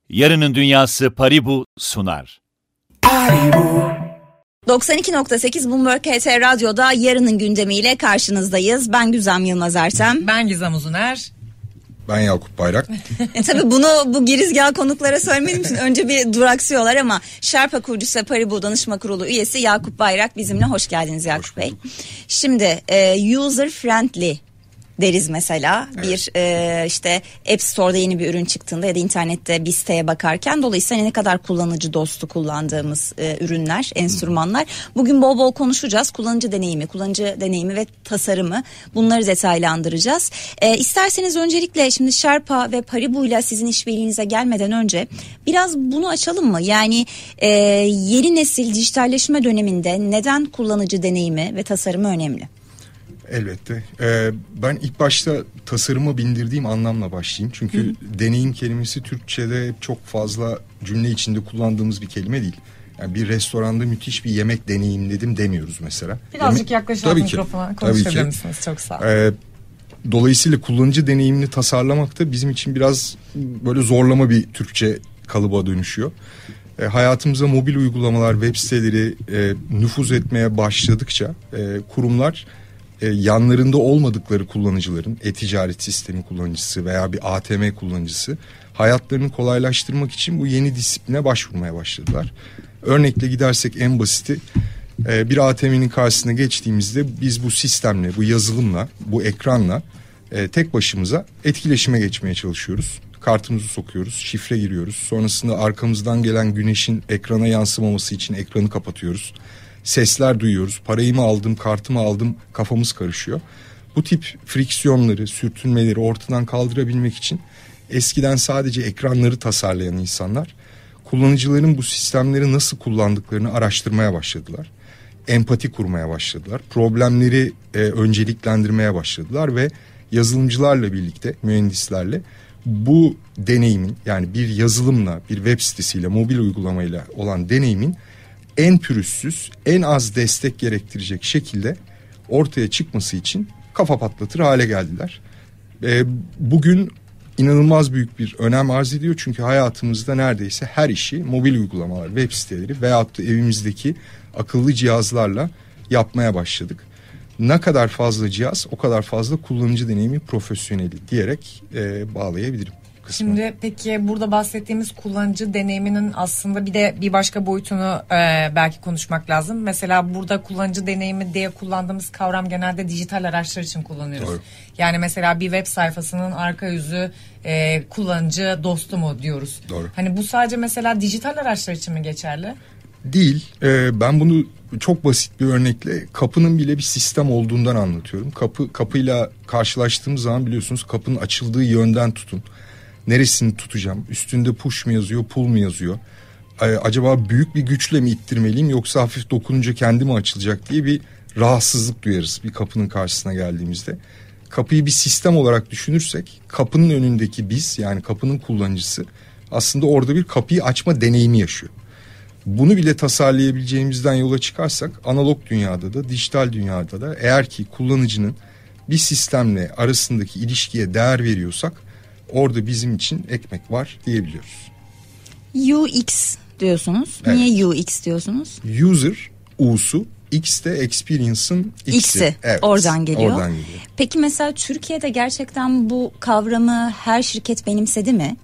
Yarının Dünyası Paribu sunar. 92.8 Bloomberg HT Radyo'da yarının gündemiyle karşınızdayız. Ben Güzem Yılmaz Ertem. Ben Gizem Uzuner. Ben Yakup Bayrak. Tabii bunu bu girizgah konuklara söylemediğim için önce bir duraksıyorlar ama Sherpa kurucusu ve Paribu Danışma Kurulu üyesi Yakup Bayrak bizimle. Hoş geldiniz Yakup Bey. Şimdi user friendly deriz mesela. Evet. Bir işte App Store'da yeni bir ürün çıktığında ya da internette bir siteye bakarken, dolayısıyla ne kadar kullanıcı dostu kullandığımız ürünler, enstrümanlar. Bugün bol bol konuşacağız. Kullanıcı deneyimi ve tasarımı, bunları detaylandıracağız. İsterseniz öncelikle şimdi Sherpa ve Paribu ile sizin işbirliğinize gelmeden önce biraz bunu açalım mı? Yani yeni nesil dijitalleşme döneminde neden kullanıcı deneyimi ve tasarımı önemli? Elbette. Ben ilk başta tasarıma bindirdiğim anlamla başlayayım. Çünkü deneyim kelimesi Türkçe'de çok fazla cümle içinde kullandığımız bir kelime değil. Yani bir restoranda müthiş bir yemek deneyimledim demiyoruz mesela. Birazcık yaklaşarak mikrofona konuşabilir misiniz? Çok sağ olun. Dolayısıyla kullanıcı deneyimini tasarlamak da bizim için biraz böyle zorlama bir Türkçe kalıba dönüşüyor. Hayatımıza mobil uygulamalar, web siteleri nüfuz etmeye başladıkça kurumlar yanlarında olmadıkları kullanıcıların, e-ticaret sistemi kullanıcısı veya bir ATM kullanıcısı hayatlarını kolaylaştırmak için bu yeni disipline başvurmaya başladılar. Örnekle gidersek en basiti, bir ATM'nin karşısına geçtiğimizde biz bu sistemle, bu yazılımla, bu ekranla tek başımıza etkileşime geçmeye çalışıyoruz. Kartımızı sokuyoruz, şifre giriyoruz. Sonrasında arkamızdan gelen güneşin ekrana yansımaması için ekranı kapatıyoruz. Sesler duyuyoruz. Parayı mı aldım, kartımı aldım, kafamız karışıyor. Bu tip friksiyonları, sürtünmeleri ortadan kaldırabilmek için eskiden sadece ekranları tasarlayan insanlar kullanıcıların bu sistemleri nasıl kullandıklarını araştırmaya başladılar. Empati kurmaya başladılar. Problemleri önceliklendirmeye başladılar ve yazılımcılarla birlikte, mühendislerle bu deneyimin, yani bir yazılımla, bir web sitesiyle, mobil uygulamayla olan deneyimin en pürüzsüz, en az destek gerektirecek şekilde ortaya çıkması için kafa patlatır hale geldiler. Bugün inanılmaz büyük bir önem arz ediyor. Çünkü hayatımızda neredeyse her işi mobil uygulamalar, web siteleri veyahut da evimizdeki akıllı cihazlarla yapmaya başladık. Ne kadar fazla cihaz, o kadar fazla kullanıcı deneyimi profesyoneli diyerek bağlayabilirim. Şimdi peki burada bahsettiğimiz kullanıcı deneyiminin aslında bir başka boyutunu belki konuşmak lazım. Mesela burada kullanıcı deneyimi diye kullandığımız kavram genelde dijital araçlar için kullanıyoruz. Doğru. Yani mesela bir web sayfasının arka yüzü kullanıcı dostu mu diyoruz. Doğru. Hani bu sadece mesela dijital araçlar için mi geçerli? Değil. Ben bunu çok basit bir örnekle kapının bile bir sistem olduğundan anlatıyorum. Kapıyla karşılaştığımız zaman biliyorsunuz kapının açıldığı yönden tutun. Neresini tutacağım? Üstünde push mu yazıyor, pull mu yazıyor? Acaba büyük bir güçle mi ittirmeliyim yoksa hafif dokununca kendi mi açılacak diye bir rahatsızlık duyarız bir kapının karşısına geldiğimizde. Kapıyı bir sistem olarak düşünürsek kapının önündeki biz, yani kapının kullanıcısı aslında orada bir kapıyı açma deneyimi yaşıyor. Bunu bile tasarlayabileceğimizden yola çıkarsak analog dünyada da dijital dünyada da eğer ki kullanıcının bir sistemle arasındaki ilişkiye değer veriyorsak orada bizim için ekmek var diyebiliyoruz. UX diyorsunuz. Evet. Niye UX diyorsunuz? User, U'su, X de experience'ın X'i. Evet, oradan geliyor. Peki mesela Türkiye'de gerçekten bu kavramı her şirket benimsedi mi?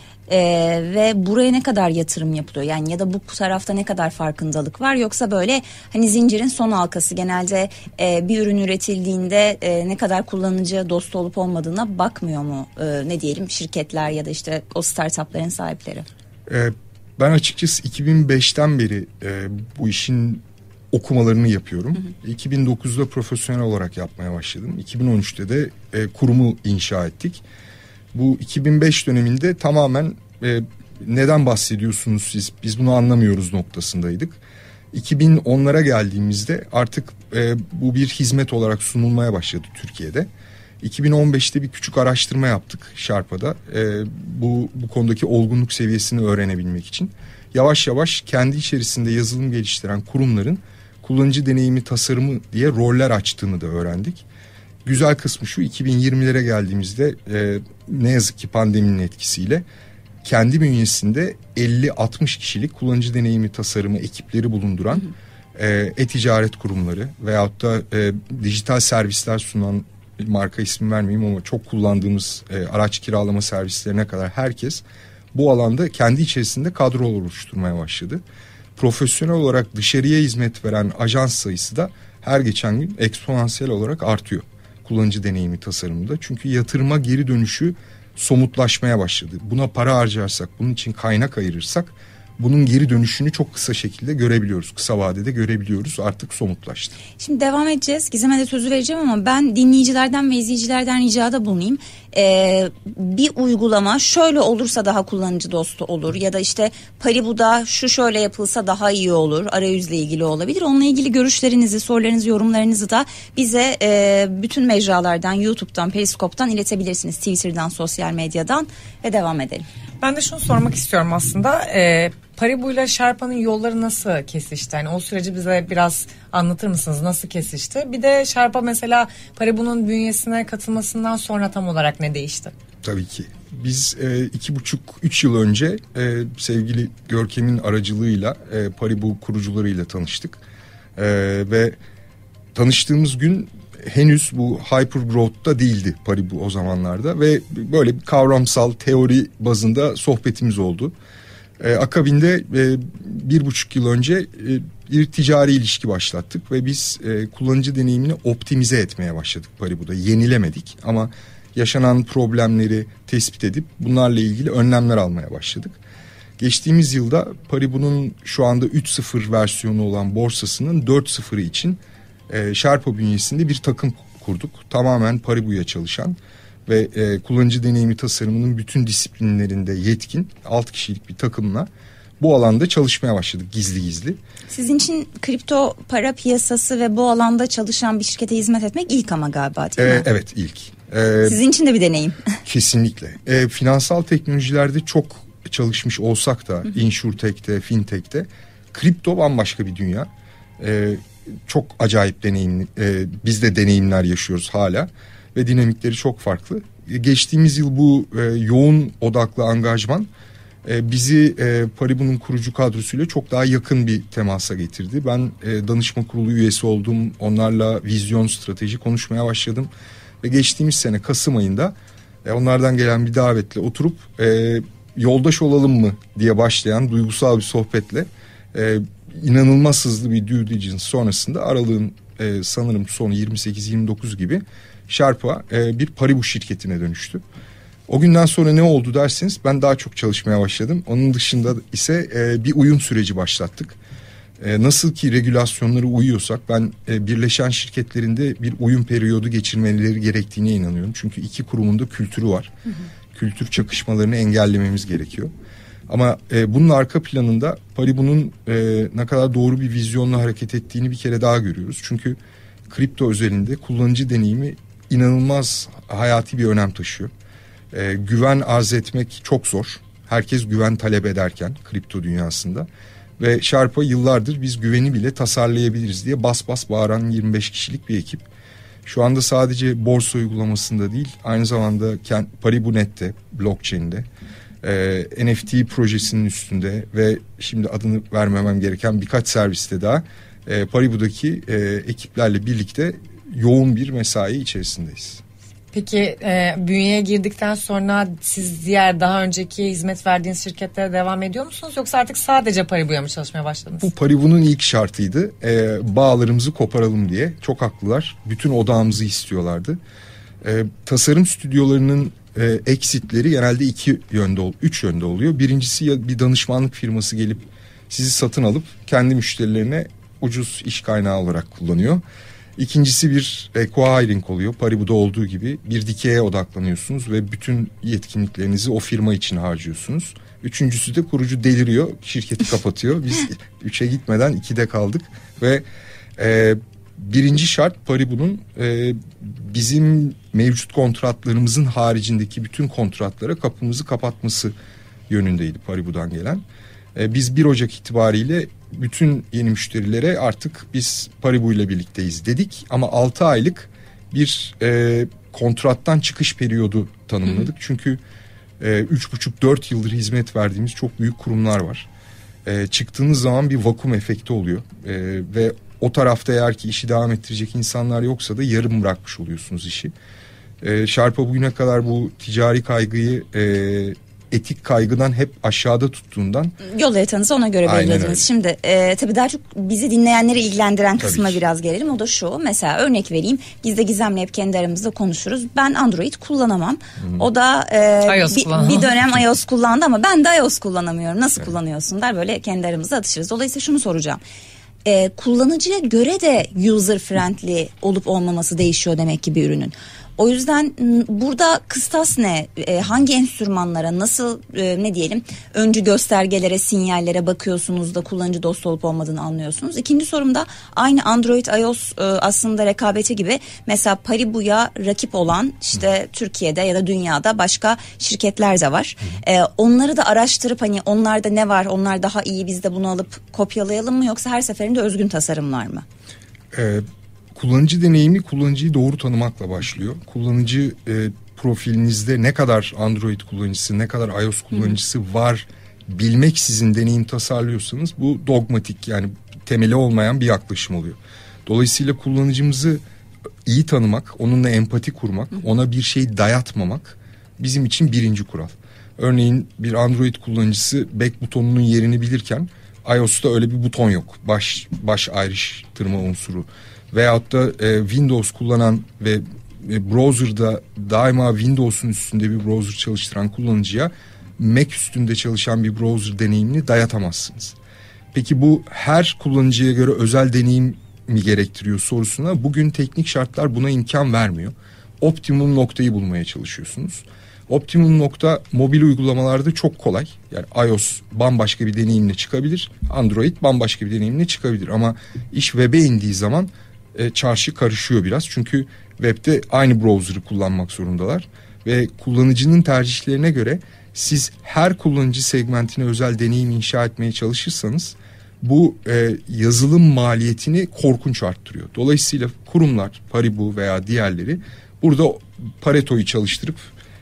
Ve buraya ne kadar yatırım yapılıyor? Yani ya da bu tarafta ne kadar farkındalık var? Yoksa böyle hani zincirin son halkası genelde bir ürün üretildiğinde ne kadar kullanıcı dostu olup olmadığına bakmıyor mu? Ne diyelim şirketler ya da işte o startupların sahipleri? Ben açıkçası 2005'ten beri bu işin okumalarını yapıyorum. 2009'da profesyonel olarak yapmaya başladım. 2013'te de kurumu inşa ettik. Bu 2005 döneminde tamamen neden bahsediyorsunuz siz, biz bunu anlamıyoruz noktasındaydık. 2010'lara geldiğimizde artık bu bir hizmet olarak sunulmaya başladı Türkiye'de. 2015'te bir küçük araştırma yaptık Sherpa'da. Bu konudaki olgunluk seviyesini öğrenebilmek için. Yavaş yavaş kendi içerisinde yazılım geliştiren kurumların kullanıcı deneyimi tasarımı diye roller açtığını da öğrendik. Güzel kısmı şu, 2020'lere geldiğimizde ne yazık ki pandeminin etkisiyle kendi bünyesinde 50-60 kişilik kullanıcı deneyimi tasarımı ekipleri bulunduran e-ticaret kurumları veyahut da dijital servisler sunan, marka ismi vermeyeyim ama çok kullandığımız araç kiralama servislerine kadar herkes bu alanda kendi içerisinde kadrolar oluşturmaya başladı. Profesyonel olarak dışarıya hizmet veren ajans sayısı da her geçen gün eksponansiyel olarak artıyor kullanıcı deneyimi tasarımında. Çünkü yatırıma geri dönüşü somutlaşmaya başladı. Buna para harcarsak, bunun için kaynak ayırırsak bunun geri dönüşünü çok kısa şekilde görebiliyoruz. Kısa vadede görebiliyoruz. Artık somutlaştı. Şimdi devam edeceğiz. Gizem'e de sözü vereceğim ama ben dinleyicilerden ve izleyicilerden ricada bulunayım. Bir uygulama şöyle olursa daha kullanıcı dostu olur ya da işte Paribu'da şu şöyle yapılsa daha iyi olur. Arayüzle ilgili olabilir. Onunla ilgili görüşlerinizi, sorularınızı, yorumlarınızı da bize bütün mecralardan, YouTube'dan, Periskop'tan iletebilirsiniz. Twitter'dan, sosyal medyadan ve devam edelim. Ben de şunu sormak istiyorum aslında. Paribu ile Sherpa'nın yolları nasıl kesişti? Yani o süreci bize biraz anlatır mısınız? Nasıl kesişti? Bir de Sherpa mesela Paribu'nun bünyesine katılmasından sonra tam olarak ne değişti? Tabii ki. Biz 2,5-3 yıl önce sevgili Görkem'in aracılığıyla Paribu kurucularıyla tanıştık. Ve tanıştığımız gün henüz bu hypergrowth'ta değildi Paribu o zamanlarda ve böyle bir kavramsal teori bazında sohbetimiz oldu. Akabinde 1,5 yıl önce bir ticari ilişki başlattık ve biz kullanıcı deneyimini optimize etmeye başladık Paribu'da. Yenilemedik ama yaşanan problemleri tespit edip bunlarla ilgili önlemler almaya başladık. Geçtiğimiz yılda Paribu'nun şu anda 3.0 versiyonu olan borsasının 4.0'ı için Sherpa bünyesinde bir takım kurduk. Tamamen Paribu'ya çalışan ve kullanıcı deneyimi tasarımının bütün disiplinlerinde yetkin 6 kişilik bir takımla bu alanda çalışmaya başladık gizli gizli. Sizin için kripto para piyasası ve bu alanda çalışan bir şirkete hizmet etmek ilk ama galiba değil mi? Evet, ilk. Sizin için de bir deneyim. Kesinlikle. Finansal teknolojilerde çok çalışmış olsak da insurtech'te, fintech'te kripto bambaşka bir dünya. Çok acayip deneyimli. Biz de deneyimler yaşıyoruz hala ve dinamikleri çok farklı. Geçtiğimiz yıl bu yoğun odaklı angajman bizi Paribu'nun kurucu kadrosuyla çok daha yakın bir temasa getirdi. Ben danışma kurulu üyesi oldum. Onlarla vizyon, strateji konuşmaya başladım. Ve geçtiğimiz sene Kasım ayında onlardan gelen bir davetle oturup yoldaş olalım mı diye başlayan duygusal bir sohbetle inanılmaz hızlı bir due diligence sonrasında aralığın sanırım sonu 28-29 gibi Sherpa bir Paribu şirketine dönüştü. O günden sonra ne oldu derseniz ben daha çok çalışmaya başladım. Onun dışında ise bir uyum süreci başlattık. Nasıl ki regülasyonlara uyuyorsak ben birleşen şirketlerinde bir uyum periyodu geçirmeleri gerektiğine inanıyorum. Çünkü iki kurumun da kültürü var. Kültür çakışmalarını engellememiz gerekiyor. Ama bunun arka planında Paribu'nun ne kadar doğru bir vizyonla hareket ettiğini bir kere daha görüyoruz. Çünkü kripto özelinde kullanıcı deneyimi inanılmaz hayati bir önem taşıyor. Güven arz etmek çok zor. Herkes güven talep ederken kripto dünyasında. Ve Sherpa yıllardır biz güveni bile tasarlayabiliriz diye bas bas bağıran 25 kişilik bir ekip. Şu anda sadece borsa uygulamasında değil, aynı zamanda Paribu Net'te, blockchain'de, NFT projesinin üstünde ve şimdi adını vermemem gereken birkaç serviste daha Paribu'daki ekiplerle birlikte yoğun bir mesai içerisindeyiz. Peki bünyeye girdikten sonra siz diğer daha önceki hizmet verdiğiniz şirketlere devam ediyor musunuz? Yoksa artık sadece Paribu'ya mı çalışmaya başladınız? Bu Paribu'nun ilk şartıydı. Bağlarımızı koparalım diye. Çok haklılar. Bütün odağımızı istiyorlardı. Tasarım stüdyolarının exitleri genelde 3 yönde oluyor. Birincisi ya bir danışmanlık firması gelip sizi satın alıp kendi müşterilerine ucuz iş kaynağı olarak kullanıyor. İkincisi bir co-hiring oluyor. Paribu'da olduğu gibi bir dikeye odaklanıyorsunuz ve bütün yetkinliklerinizi o firma için harcıyorsunuz. Üçüncüsü de kurucu deliriyor, şirketi kapatıyor. Biz 3'e gitmeden 2'de kaldık ve birinci şart Paribu'nun bizim mevcut kontratlarımızın haricindeki bütün kontratlara kapımızı kapatması yönündeydi Paribu'dan gelen. Biz 1 Ocak itibariyle bütün yeni müşterilere artık biz Paribu ile birlikteyiz dedik. Ama 6 aylık bir kontrattan çıkış periyodu tanımladık. Çünkü 3,5-4 yıldır hizmet verdiğimiz çok büyük kurumlar var. Çıktığınız zaman bir vakum efekti oluyor. Ve o tarafta eğer ki işi devam ettirecek insanlar yoksa da yarım bırakmış oluyorsunuz işi. Sharp'a bugüne kadar bu ticari kaygıyı etik kaygıdan hep aşağıda tuttuğundan yol haritanızı ona göre belirlediniz. Şimdi tabii daha çok bizi dinleyenleri ilgilendiren kısma biraz gelelim. O da şu, mesela örnek vereyim. Biz de Gizem'le hep kendi aramızda konuşuruz. Ben Android kullanamam. O da bir dönem iOS kullandı ama ben de iOS kullanamıyorum. Nasıl kullanıyorsun der, böyle kendi aramızda atışırız. Dolayısıyla şunu soracağım. Kullanıcıya göre de user friendly olup olmaması değişiyor demek ki bir ürünün. O yüzden burada kıstas ne? Hangi enstrümanlara, nasıl ne diyelim öncü göstergelere, sinyallere bakıyorsunuz da kullanıcı dostu olup olmadığını anlıyorsunuz. İkinci sorum da aynı Android, iOS aslında rekabeti gibi. Mesela Paribu'ya rakip olan işte Türkiye'de ya da dünyada başka şirketler de var. Onları da araştırıp hani onlarda ne var, onlar daha iyi, biz de bunu alıp kopyalayalım mı, yoksa her seferinde özgün tasarımlar mı? Kullanıcı deneyimi kullanıcıyı doğru tanımakla başlıyor. Kullanıcı profilinizde ne kadar Android kullanıcısı, ne kadar iOS kullanıcısı var bilmeksizin deneyim tasarlıyorsanız bu dogmatik, yani temeli olmayan bir yaklaşım oluyor. Dolayısıyla kullanıcımızı iyi tanımak, onunla empati kurmak, ona bir şey dayatmamak bizim için birinci kural. Örneğin bir Android kullanıcısı back butonunun yerini bilirken iOS'ta öyle bir buton yok. Baş ayrıştırma unsuru. Veyahut da Windows kullanan ve browser'da daima Windows'un üstünde bir browser çalıştıran kullanıcıya Mac üstünde çalışan bir browser deneyimini dayatamazsınız. Peki bu her kullanıcıya göre özel deneyim mi gerektiriyor sorusuna bugün teknik şartlar buna imkan vermiyor. Optimum noktayı bulmaya çalışıyorsunuz. Optimum nokta mobil uygulamalarda çok kolay. Yani iOS bambaşka bir deneyimle çıkabilir. Android bambaşka bir deneyimle çıkabilir. Ama iş web'e indiği zaman çarşı karışıyor biraz. Çünkü web'de aynı browser'ı kullanmak zorundalar. Ve kullanıcının tercihlerine göre siz her kullanıcı segmentine özel deneyim inşa etmeye çalışırsanız bu yazılım maliyetini korkunç arttırıyor. Dolayısıyla kurumlar, Paribu veya diğerleri burada Pareto'yu çalıştırıp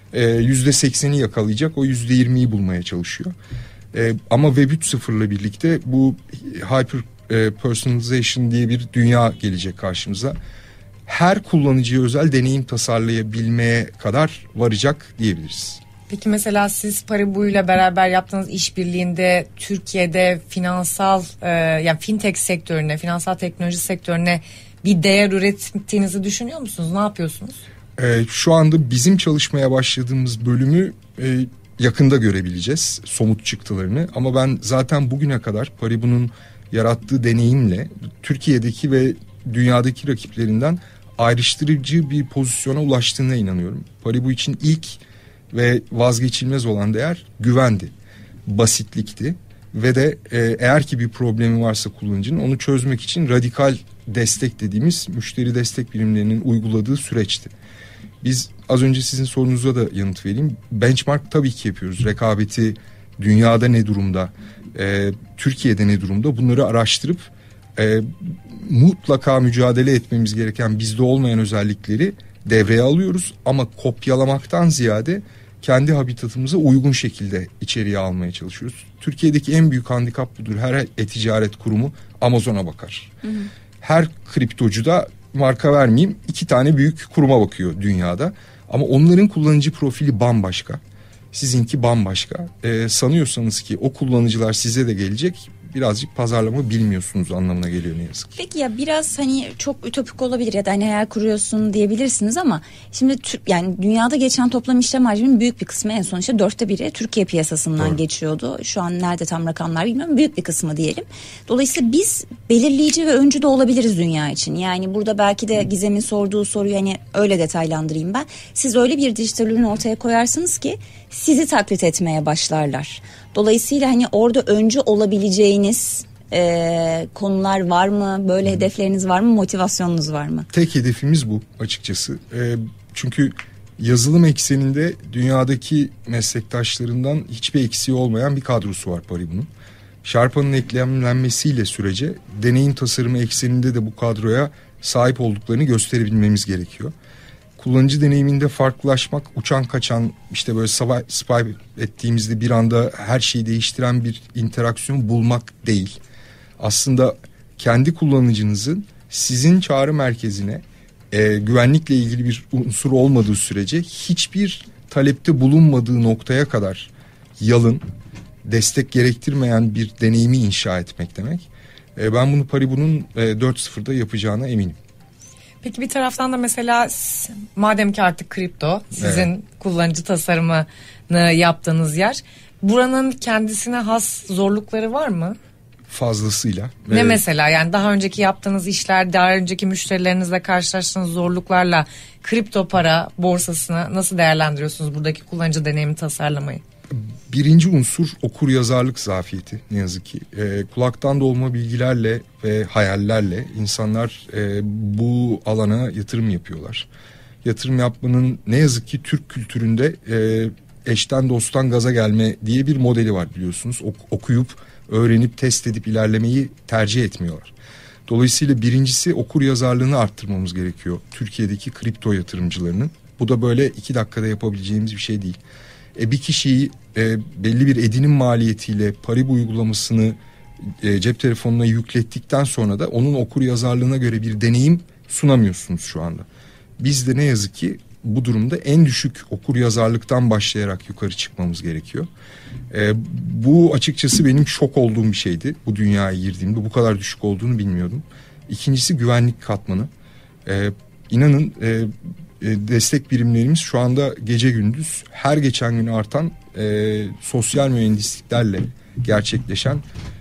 %80'i yakalayacak, o %20'yi bulmaya çalışıyor. Ama Web 3.0 ile birlikte bu hyper personalization diye bir dünya gelecek karşımıza. Her kullanıcıya özel deneyim tasarlayabilmeye kadar varacak diyebiliriz. Peki mesela siz Paribu ile beraber yaptığınız işbirliğinde Türkiye'de finansal yani fintech sektörüne, finansal teknoloji sektörüne bir değer ürettiğinizi düşünüyor musunuz? Ne yapıyorsunuz? Şu anda bizim çalışmaya başladığımız bölümü yakında görebileceğiz, somut çıktılarını. Ama ben zaten bugüne kadar Paribu'nun yarattığı deneyimle Türkiye'deki ve dünyadaki rakiplerinden ayrıştırıcı bir pozisyona ulaştığına inanıyorum. Paribu için ilk ve vazgeçilmez olan değer güvendi, basitlikti ve de eğer ki bir problemi varsa kullanıcının onu çözmek için radikal destek dediğimiz müşteri destek birimlerinin uyguladığı süreçti. Biz az önce sizin sorunuza da yanıt vereyim. Benchmark tabii ki yapıyoruz. Rekabeti dünyada ne durumda, Türkiye'de ne durumda, bunları araştırıp mutlaka mücadele etmemiz gereken bizde olmayan özellikleri devreye alıyoruz. Ama kopyalamaktan ziyade kendi habitatımıza uygun şekilde içeriye almaya çalışıyoruz. Türkiye'deki en büyük handikap budur. Her e-ticaret kurumu Amazon'a bakar. Her kriptocu da, marka vermeyeyim, 2 tane büyük kuruma bakıyor dünyada. Ama onların kullanıcı profili bambaşka. Sizinki bambaşka. Sanıyorsanız ki o kullanıcılar size de gelecek, birazcık pazarlama bilmiyorsunuz anlamına geliyor ne yazık ki. Peki ya biraz hani çok ütopik olabilir ya da hani hayal kuruyorsun diyebilirsiniz ama şimdi yani dünyada geçen toplam işlem hacminin büyük bir kısmı, en son işte 1/4 Türkiye piyasasından geçiyordu. Şu an nerede tam rakamlar bilmiyorum, büyük bir kısmı diyelim. Dolayısıyla biz belirleyici ve öncü de olabiliriz dünya için. Yani burada belki de Gizem'in sorduğu soruyu hani öyle detaylandırayım ben. Siz öyle bir dijital ürün ortaya koyarsınız ki sizi taklit etmeye başlarlar. Dolayısıyla hani orada öncü olabileceğiniz konular var mı? Böyle hedefleriniz var mı? Motivasyonunuz var mı? Tek hedefimiz bu açıkçası. Çünkü yazılım ekseninde dünyadaki meslektaşlarından hiçbir eksiği olmayan bir kadrosu var Paribu'nun. Sharpa'nın eklemlenmesiyle sürece deneyim tasarımı ekseninde de bu kadroya sahip olduklarını gösterebilmemiz gerekiyor. kullanıcı deneyiminde farklılaşmak, uçan kaçan, işte böyle swipe ettiğimizde bir anda her şeyi değiştiren bir interaksiyon bulmak değil. Aslında kendi kullanıcınızın sizin çağrı merkezine güvenlikle ilgili bir unsur olmadığı sürece hiçbir talepte bulunmadığı noktaya kadar yalın, destek gerektirmeyen bir deneyimi inşa etmek demek. Ben bunu Paribu'nun 4.0'da yapacağına eminim. Peki bir taraftan da mesela madem ki artık kripto sizin kullanıcı tasarımını yaptığınız yer, buranın kendisine has zorlukları var mı? Fazlasıyla. Ne mesela, yani daha önceki yaptığınız işler, daha önceki müşterilerinizle karşılaştığınız zorluklarla kripto para borsasını nasıl değerlendiriyorsunuz, buradaki kullanıcı deneyimi tasarlamayı? Birinci unsur okur yazarlık zafiyeti ne yazık ki. Kulaktan dolma bilgilerle ve hayallerle insanlar bu alana yatırım yapıyorlar. Yatırım yapmanın ne yazık ki Türk kültüründe eşten dosttan gaza gelme diye bir modeli var biliyorsunuz. Okuyup, öğrenip, test edip ilerlemeyi tercih etmiyorlar. Dolayısıyla birincisi okur yazarlığını arttırmamız gerekiyor Türkiye'deki kripto yatırımcılarının. Bu da böyle 2 dakikada yapabileceğimiz bir şey değil. Bir kişiyi belli bir edinim maliyetiyle Paribu uygulamasını cep telefonuna yüklettikten sonra da onun okur yazarlığına göre bir deneyim sunamıyorsunuz şu anda. Biz de ne yazık ki bu durumda en düşük okur yazarlıktan başlayarak yukarı çıkmamız gerekiyor. Bu açıkçası benim şok olduğum bir şeydi. Bu dünyaya girdiğimde bu kadar düşük olduğunu bilmiyordum. İkincisi güvenlik katmanı. İnanın destek birimlerimiz şu anda gece gündüz her geçen gün artan sosyal mühendisliklerle gerçekleşen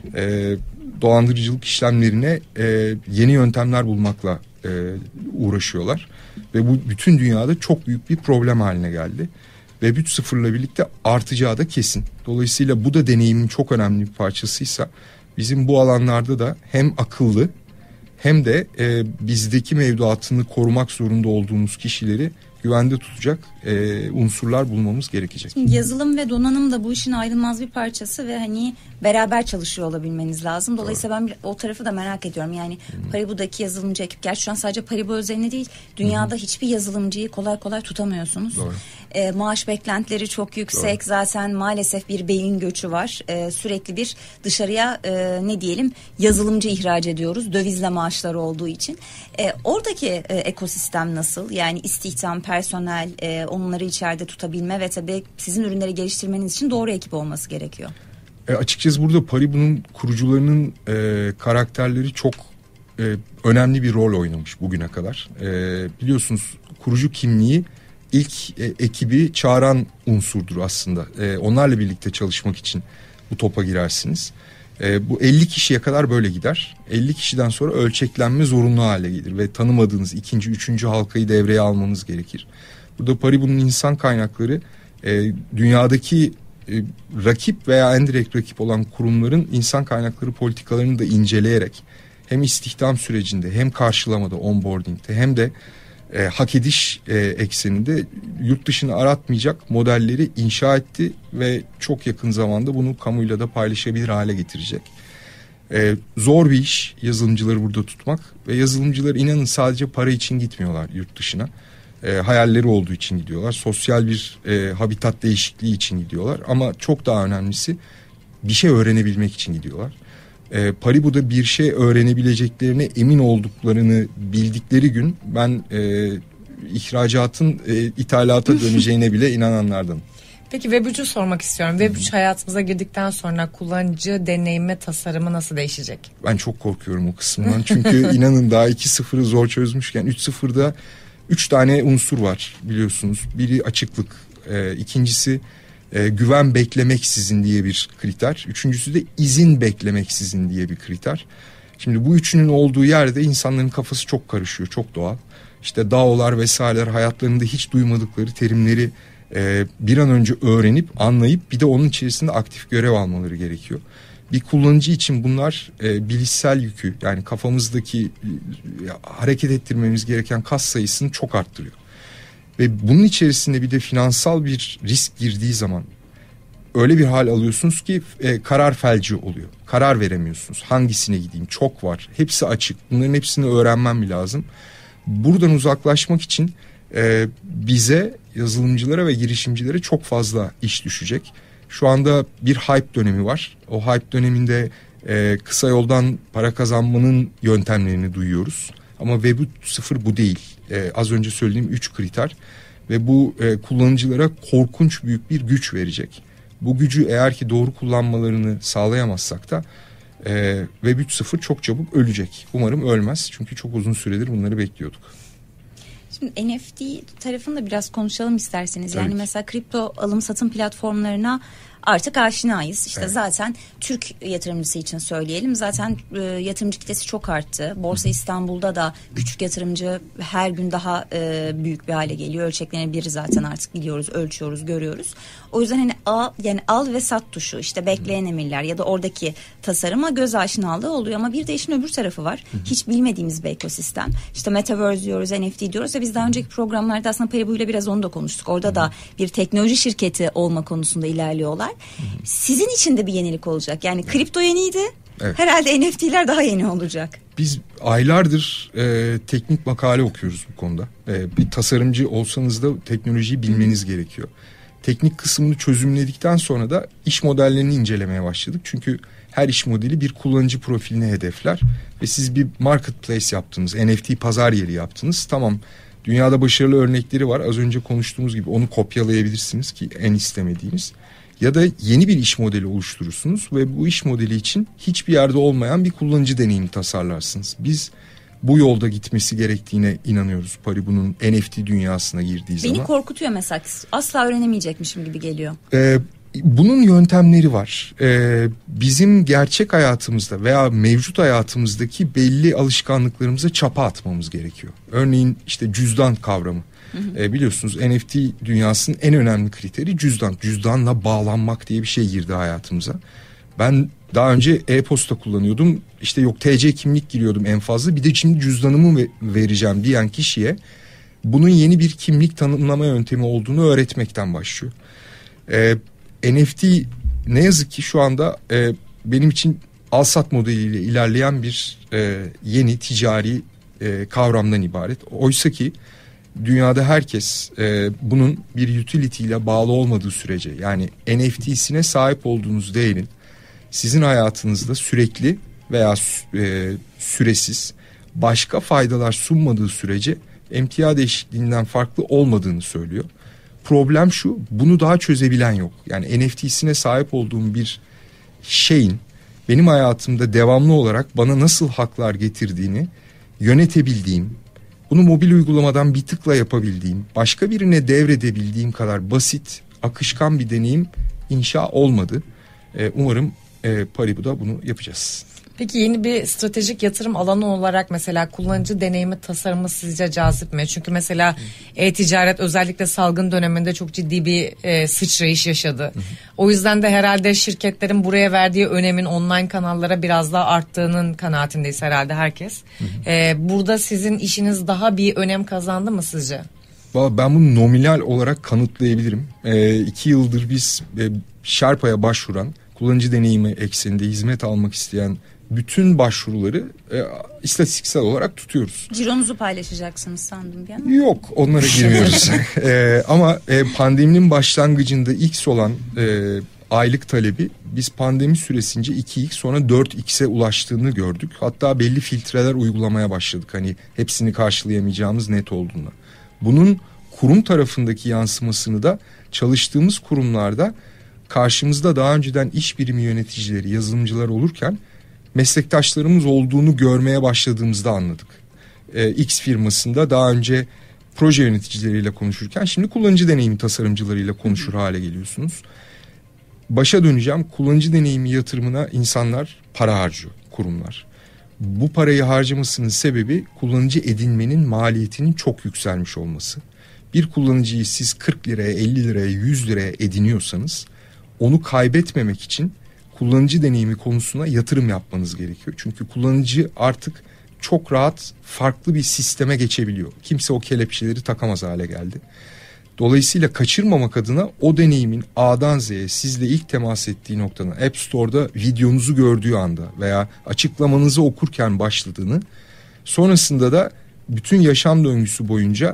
dolandırıcılık işlemlerine yeni yöntemler bulmakla uğraşıyorlar. Ve bu bütün dünyada çok büyük bir problem haline geldi. Web 3.0'la birlikte artacağı da kesin. Dolayısıyla bu da deneyimin çok önemli bir parçasıysa bizim bu alanlarda da hem akıllı hem de bizdeki mevduatını korumak zorunda olduğumuz kişileri güvende tutacak unsurlar bulmamız gerekecek. Şimdi yazılım ve donanım da bu işin ayrılmaz bir parçası ve hani beraber çalışıyor olabilmeniz lazım. Dolayısıyla ben o tarafı da merak ediyorum. Yani Paribu'daki yazılımcı ekip, gerçi şu an sadece Paribu özelinde değil, dünyada hiçbir yazılımcıyı kolay kolay tutamıyorsunuz. Maaş beklentileri çok yüksek. Doğru. Zaten maalesef bir beyin göçü var. Sürekli bir dışarıya ne diyelim yazılımcı ihraç ediyoruz. Dövizle maaşları olduğu için. Oradaki ekosistem nasıl? Yani istihdam, personel, onları içeride tutabilme ve tabii sizin ürünleri geliştirmeniz için doğru ekip olması gerekiyor. Açıkçası burada Paribu'nun kurucularının karakterleri çok önemli bir rol oynamış bugüne kadar. Biliyorsunuz kurucu kimliği ilk ekibi çağıran unsurdur aslında. Onlarla birlikte çalışmak için bu topa girersiniz. Bu 50 kişiye kadar böyle gider. 50 kişiden sonra ölçeklenme zorunlu hale gelir ve tanımadığınız ikinci, üçüncü halkayı devreye almanız gerekir. Burada Paribu'nun insan kaynakları dünyadaki rakip veya en direkt rakip olan kurumların insan kaynakları politikalarını da inceleyerek hem istihdam sürecinde hem karşılamada, onboarding'de hem de hak ediş ekseninde yurt dışını aratmayacak modelleri inşa etti ve çok yakın zamanda bunu kamuyla da paylaşabilir hale getirecek. Zor bir iş yazılımcıları burada tutmak ve yazılımcılar inanın sadece para için gitmiyorlar yurt dışına. Hayalleri olduğu için gidiyorlar. Sosyal bir habitat değişikliği için gidiyorlar ama çok daha önemlisi bir şey öğrenebilmek için gidiyorlar. Paribu'da bir şey öğrenebileceklerine emin olduklarını bildikleri gün ben ihracatın ithalata döneceğine bile inananlardan. Peki Web 3'ü sormak istiyorum. Web 3 hayatımıza girdikten sonra kullanıcı deneyimi tasarımı nasıl değişecek? Ben çok korkuyorum o kısmından. Çünkü inanın daha 2.0'ı zor çözmüşken 3.0'da 3 tane unsur var biliyorsunuz. Biri açıklık, ikincisi güven beklemeksizin diye bir kriter. Üçüncüsü de izin beklemeksizin diye bir kriter. Şimdi bu üçünün olduğu yerde insanların kafası çok karışıyor, çok doğal. İşte DAO'lar vesaireler hayatlarında hiç duymadıkları terimleri bir an önce öğrenip anlayıp bir de onun içerisinde aktif görev almaları gerekiyor. Bir kullanıcı için bunlar bilişsel yükü, yani kafamızdaki hareket ettirmemiz gereken kas sayısını çok arttırıyor. Ve bunun içerisinde bir de finansal bir risk girdiği zaman öyle bir hal alıyorsunuz ki karar felci oluyor. Karar veremiyorsunuz. Hangisine gideyim? Çok var. Hepsi açık. Bunların hepsini öğrenmem lazım. Buradan uzaklaşmak için Bize, yazılımcılara ve girişimcilere çok fazla iş düşecek. Şu anda bir hype dönemi var. O hype döneminde kısa yoldan para kazanmanın yöntemlerini duyuyoruz. Ama Web 3.0 bu değil. Az önce söylediğim 3 kriter ve bu kullanıcılara korkunç büyük bir güç verecek. Bu gücü eğer ki doğru kullanmalarını sağlayamazsak da Web 3.0 çok çabuk ölecek. Umarım ölmez, çünkü çok uzun süredir bunları bekliyorduk. Şimdi NFT tarafını da biraz konuşalım isterseniz. Tabii Yani ki. mesela kripto alım satım platformlarına artık aşinayız. İşte zaten Türk yatırımcısı için söyleyelim. Zaten yatırımcı kitlesi çok arttı. Borsa İstanbul'da da küçük yatırımcı her gün daha büyük bir hale geliyor. Ölçeklenebilir zaten, artık biliyoruz, ölçüyoruz, görüyoruz. O yüzden hani al ve sat tuşu, işte bekleyen emirler ya da oradaki tasarıma göz aşinalığı oluyor. Ama bir de işin öbür tarafı var. Hiç bilmediğimiz bir ekosistem. İşte Metaverse diyoruz, NFT diyoruz ve biz daha önceki programlarda aslında Paribu'yla biraz onu da konuştuk. Orada da bir teknoloji şirketi olma konusunda ilerliyorlar. Sizin için de bir yenilik olacak. Yani kripto yeniydi. Evet. Herhalde NFT'ler daha yeni olacak. Biz aylardır teknik makale okuyoruz bu konuda. Bir tasarımcı olsanız da teknolojiyi bilmeniz gerekiyor. Teknik kısmını çözümledikten sonra da iş modellerini incelemeye başladık. Çünkü her iş modeli bir kullanıcı profiline hedefler. Ve siz bir marketplace yaptınız, NFT pazar yeri yaptınız. Tamam, dünyada başarılı örnekleri var. Az önce konuştuğumuz gibi onu kopyalayabilirsiniz ki en istemediğimiz. Ya da yeni bir iş modeli oluşturursunuz ve bu iş modeli için hiçbir yerde olmayan bir kullanıcı deneyimi tasarlarsınız. Biz bu yolda gitmesi gerektiğine inanıyoruz Paribu'nun NFT dünyasına girdiği zaman. Beni korkutuyor mesela. Asla öğrenemeyecekmişim gibi geliyor. Bunun yöntemleri var. Bizim gerçek hayatımızda veya mevcut hayatımızdaki belli alışkanlıklarımıza çapa atmamız gerekiyor. Örneğin işte cüzdan kavramı. Biliyorsunuz NFT dünyasının en önemli kriteri cüzdan. Cüzdanla bağlanmak diye bir şey girdi hayatımıza. Ben daha önce e-posta kullanıyordum. İşte yok TC kimlik giriyordum en fazla. Bir de şimdi cüzdanımı vereceğim diyen kişiye bunun yeni bir kimlik tanımlama yöntemi olduğunu öğretmekten başlıyor. NFT ne yazık ki şu anda benim için al-sat modeliyle ilerleyen bir yeni ticari kavramdan ibaret. Oysa ki dünyada herkes bunun bir utility ile bağlı olmadığı sürece, yani NFT'sine sahip olduğunuz değerin sizin hayatınızda sürekli veya süresiz başka faydalar sunmadığı sürece emtia değişikliğinden farklı olmadığını söylüyor. Problem şu, bunu daha çözebilen yok. Yani NFT'sine sahip olduğum bir şeyin benim hayatımda devamlı olarak bana nasıl haklar getirdiğini yönetebildiğim, bunu mobil uygulamadan bir tıkla yapabildiğim, başka birine devredebildiğim kadar basit, akışkan bir deneyim inşa olmadı. Umarım Paribu'da bunu yapacağız. Peki yeni bir stratejik yatırım alanı olarak mesela kullanıcı deneyimi tasarımı sizce cazip mi? Çünkü mesela e-ticaret özellikle salgın döneminde çok ciddi bir sıçrayış yaşadı. O yüzden de herhalde şirketlerin buraya verdiği önemin online kanallara biraz daha arttığının kanaatindeyiz herhalde herkes. Burada sizin işiniz daha bir önem kazandı mı sizce? Ben bunu nominal olarak kanıtlayabilirim. 2 yıldır biz Sherpa'ya başvuran, kullanıcı deneyimi ekseninde hizmet almak isteyen bütün başvuruları istatistiksel olarak tutuyoruz. Cironuzu paylaşacaksınız sandım bir an. Yok, onlara girmiyoruz. Ama pandeminin başlangıcında X olan aylık talebi biz pandemi süresince 2x sonra 4x'e ulaştığını gördük. Hatta belli filtreler uygulamaya başladık. Hani hepsini karşılayamayacağımız net olduğunda. Bunun kurum tarafındaki yansımasını da çalıştığımız kurumlarda karşımızda daha önceden iş birimi yöneticileri, yazılımcılar olurken meslektaşlarımız olduğunu görmeye başladığımızda anladık. X firmasında daha önce proje yöneticileriyle konuşurken şimdi kullanıcı deneyimi tasarımcılarıyla konuşur hale geliyorsunuz. Başa döneceğim, kullanıcı deneyimi yatırımına insanlar para harcıyor, kurumlar. Bu parayı harcamasının sebebi kullanıcı edinmenin maliyetinin çok yükselmiş olması. Bir kullanıcıyı siz 40 liraya, 50 liraya, 100 liraya ediniyorsanız onu kaybetmemek için kullanıcı deneyimi konusuna yatırım yapmanız gerekiyor. Çünkü kullanıcı artık çok rahat farklı bir sisteme geçebiliyor. Kimse o kelepçeleri takamaz hale geldi. Dolayısıyla kaçırmamak adına o deneyimin A'dan Z'ye sizle ilk temas ettiği noktadan, App Store'da videonuzu gördüğü anda veya açıklamanızı okurken başladığını, sonrasında da bütün yaşam döngüsü boyunca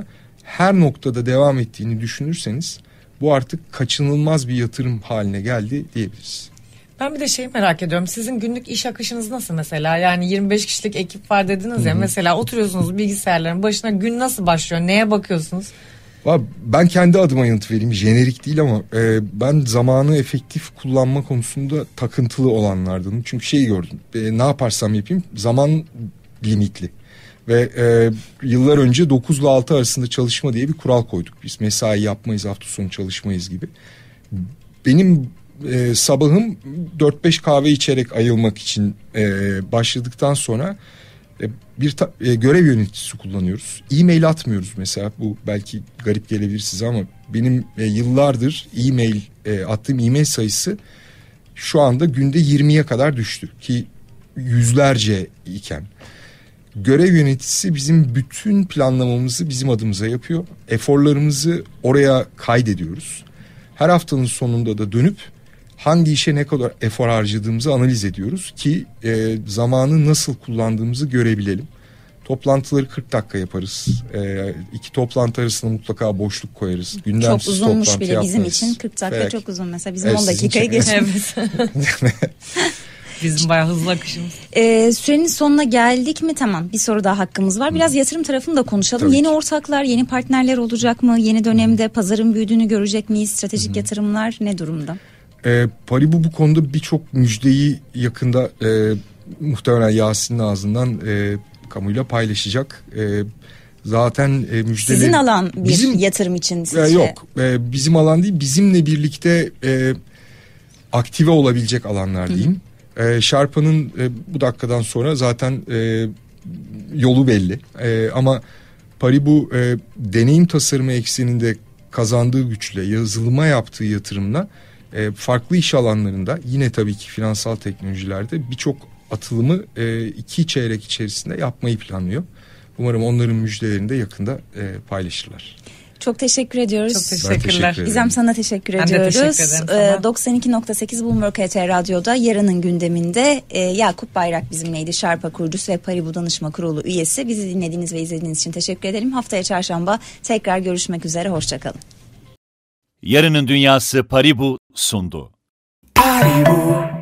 her noktada devam ettiğini düşünürseniz bu artık kaçınılmaz bir yatırım haline geldi diyebiliriz. Ben bir de şeyi merak ediyorum. Sizin günlük iş akışınız nasıl mesela? Yani 25 kişilik ekip var dediniz ya. Mesela oturuyorsunuz bilgisayarların başına, gün nasıl başlıyor? Neye bakıyorsunuz? Ben kendi adıma yanıt vereyim. Jenerik değil ama ben zamanı efektif kullanma konusunda takıntılı olanlardanım. Çünkü şeyi gördüm. Ne yaparsam yapayım zaman limitli. Ve yıllar önce 9 ile 6 arasında çalışma diye bir kural koyduk biz. Mesai yapmayız, hafta sonu çalışmayız gibi. Benim sabahım 4-5 kahve içerek ayılmak için başladıktan sonra bir görev yöneticisi kullanıyoruz. E-mail atmıyoruz mesela. Bu belki garip gelebilir size ama benim yıllardır attığım e-mail sayısı şu anda günde 20'ye kadar düştü ki yüzlerce iken. Görev yöneticisi bizim bütün planlamamızı bizim adımıza yapıyor. Eforlarımızı oraya kaydediyoruz. Her haftanın sonunda da dönüp hangi işe ne kadar efor harcadığımızı analiz ediyoruz ki zamanı nasıl kullandığımızı görebilelim. Toplantıları 40 dakika yaparız. 2 toplantı arasında mutlaka boşluk koyarız. Çok uzunmuş bile bizim için 40 dakika çok uzun. Mesela bizim 10 dakikayı geçmiş. Bizim bayağı hızlı akışımız. Sürenin sonuna geldik mi? Tamam, bir soru daha hakkımız var. Biraz yatırım tarafını da konuşalım. Tabii yeni ki. ortaklar, yeni partnerler olacak mı? Yeni dönemde pazarın büyüdüğünü görecek miyiz? Stratejik yatırımlar ne durumda? Paribu bu konuda birçok müjdeyi yakında muhtemelen Yasin'in ağzından kamuyla paylaşacak. Zaten müjdeleri... Sizin alan bir yatırım için sizce? Yok, bizim alan değil. Bizimle birlikte aktive olabilecek alanlar diyeyim. Sharpa'nın bu dakikadan sonra zaten yolu belli. Ama Paribu deneyim tasarımı ekseninde kazandığı güçle, yazılıma yaptığı yatırımla farklı iş alanlarında, yine tabii ki finansal teknolojilerde birçok atılımı 2 çeyrek içerisinde yapmayı planlıyor. Umarım onların müjdelerini de yakında paylaşırlar. Çok teşekkür ediyoruz. Çok teşekkürler. Gizem, sana teşekkür Ben de ediyoruz. teşekkür ederim sana. 92.8 Bloomberg HT Radyo'da yarının gündeminde Yakup Bayrak bizimleydi. Sharpa kurucusu ve Paribu Danışma Kurulu üyesi. Bizi dinlediğiniz ve izlediğiniz için teşekkür edelim. Haftaya çarşamba tekrar görüşmek üzere. Hoşçakalın. Yarının Dünyası Paribu sundu. Paribu.